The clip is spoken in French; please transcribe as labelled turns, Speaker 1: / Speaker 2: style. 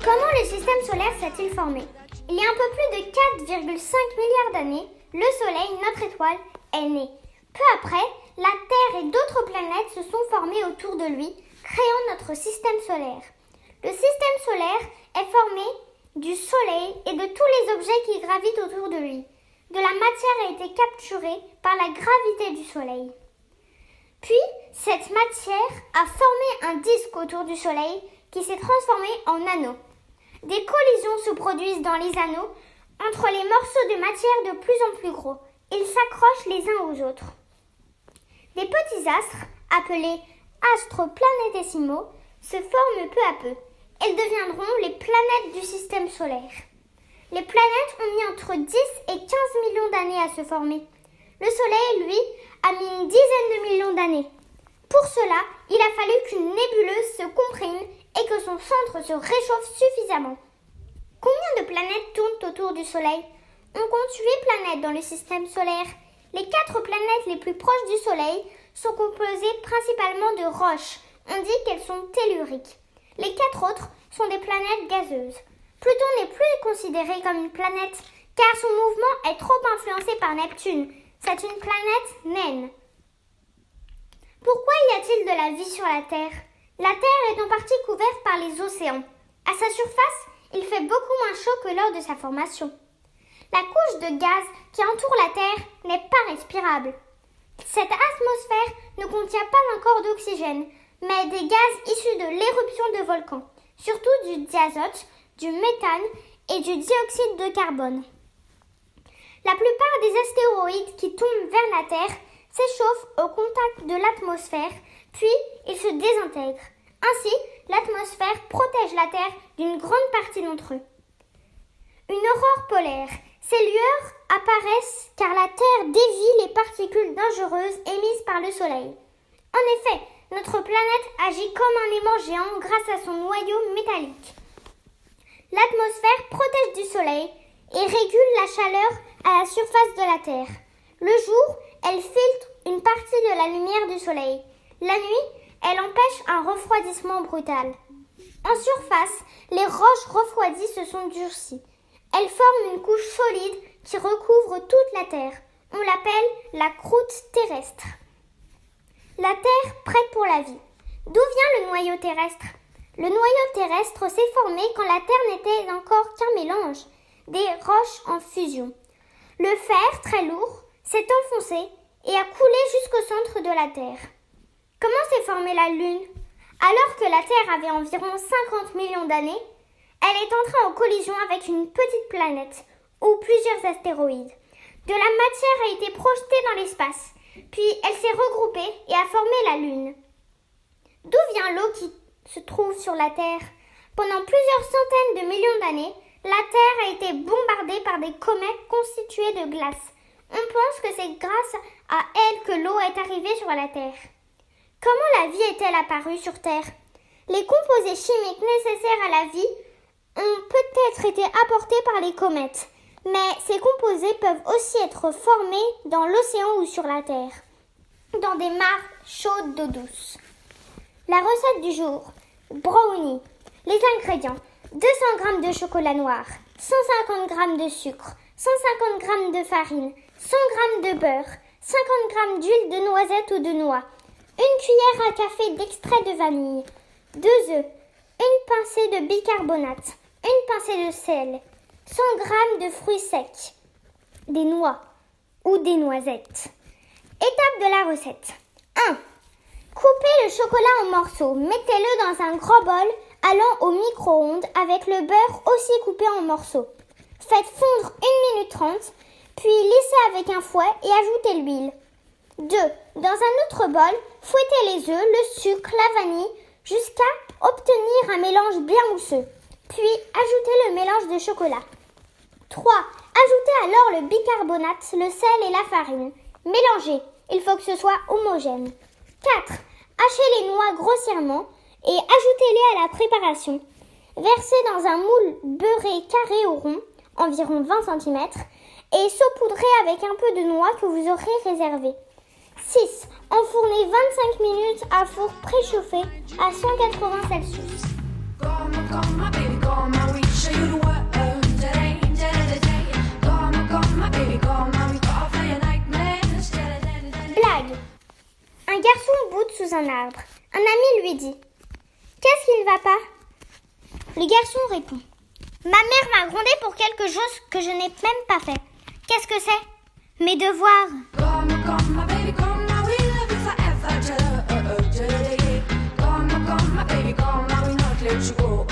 Speaker 1: Comment le système solaire s'est-il formé? Il y a un peu plus de 4,5 milliards d'années, le Soleil, notre étoile, est né. Peu après, la Terre et d'autres planètes se sont formées autour de lui, créant notre système solaire. Le système solaire est formé du Soleil et de tous les objets qui gravitent autour de lui. De la matière a été capturée par la gravité du Soleil. Puis, cette matière a formé un disque autour du Soleil qui s'est transformé en anneaux. Des collisions se produisent dans les anneaux entre les morceaux de matière de plus en plus gros. Ils s'accrochent les uns aux autres. Des petits astres, appelés astres planétésimaux, se forment peu à peu. Ils deviendront les planètes du système solaire. Les planètes ont mis entre 10 et 15 millions d'années à se former. Le Soleil, lui, a mis une dizaine de millions d'années. Pour cela, il a fallu qu'une nébuleuse se comprime et que son centre se réchauffe suffisamment. Combien de planètes tournent autour du Soleil? On compte 8 planètes dans le système solaire. Les 4 planètes les plus proches du Soleil sont composées principalement de roches. On dit qu'elles sont telluriques. Les 4 autres sont des planètes gazeuses. Pluton n'est plus considéré comme une planète car son mouvement est trop influencé par Neptune. C'est une planète naine. Pourquoi y a-t-il de la vie sur la Terre? La Terre est en partie couverte par les océans. À sa surface, il fait beaucoup moins chaud que lors de sa formation. La couche de gaz qui entoure la Terre n'est pas respirable. Cette atmosphère ne contient pas encore d'oxygène, mais des gaz issus de l'éruption de volcans, surtout du diazote, du méthane et du dioxyde de carbone. La plupart des astéroïdes qui tombent vers la Terre s'échauffent au contact de l'atmosphère, puis ils se désintègrent. Ainsi, l'atmosphère protège la Terre d'une grande partie d'entre eux. Une aurore polaire. Ces lueurs apparaissent car la Terre dévie les particules dangereuses émises par le Soleil. En effet, notre planète agit comme un aimant géant grâce à son noyau métallique. L'atmosphère protège du Soleil et régule la chaleur à la surface de la Terre. Le jour, elle filtre une partie de la lumière du Soleil. La nuit, elle empêche un refroidissement brutal. En surface, les roches refroidies se sont durcies. Elles forment une couche solide qui recouvre toute la Terre. On l'appelle la croûte terrestre. La Terre prête pour la vie. D'où vient le noyau terrestre? Le noyau terrestre s'est formé quand la Terre n'était encore qu'un mélange, des roches en fusion. Le fer, très lourd, s'est enfoncé et a coulé jusqu'au centre de la Terre. Comment s'est formée la Lune? Alors que la Terre avait environ 50 millions d'années, elle est entrée en collision avec une petite planète ou plusieurs astéroïdes. De la matière a été projetée dans l'espace, puis elle s'est regroupée et a formé la Lune. D'où vient l'eau qui se trouve sur la Terre? Pendant plusieurs centaines de millions d'années, la Terre a été bombardée par des comètes constituées de glace. On pense que c'est grâce à elle que l'eau est arrivée sur la Terre. Comment la vie est-elle apparue sur Terre? Les composés chimiques nécessaires à la vie ont peut-être été apportés par les comètes, mais ces composés peuvent aussi être formés dans l'océan ou sur la Terre, dans des mares chaudes d'eau douce. La recette du jour. Brownie. Les ingrédients. 200 g de chocolat noir, 150 g de sucre, 150 g de farine, 100 g de beurre, 50 g d'huile de noisette ou de noix, une cuillère à café d'extrait de vanille, 2 œufs, une pincée de bicarbonate, une pincée de sel, 100 g de fruits secs, des noix ou des noisettes. Étape de la recette. 1. Coupez le chocolat en morceaux. Mettez-le dans un gros bol allant au micro-ondes avec le beurre aussi coupé en morceaux. Faites fondre 1 minute 30, puis lissez avec un fouet et ajoutez l'huile. 2. Dans un autre bol, fouettez les œufs, le sucre, la vanille jusqu'à obtenir un mélange bien mousseux. Puis ajoutez le mélange de chocolat. 3. Ajoutez alors le bicarbonate, le sel et la farine. Mélangez. Il faut que ce soit homogène. 4. Hachez les noix grossièrement et ajoutez-les à la préparation. Versez dans un moule beurré carré ou rond, environ 20 cm, et saupoudrez avec un peu de noix que vous aurez réservé. 6. Enfournez 25 minutes à four préchauffé à 180 Celsius. sous un arbre. Un ami lui dit « Qu'est-ce qui ne va pas ?» Le garçon répond « Ma mère m'a grondé pour quelque chose que je n'ai même pas fait. Qu'est-ce que c'est ? Mes devoirs. »
Speaker 2: Come, my baby, come, now we love you forever. Come, my baby, come, now we not let you go.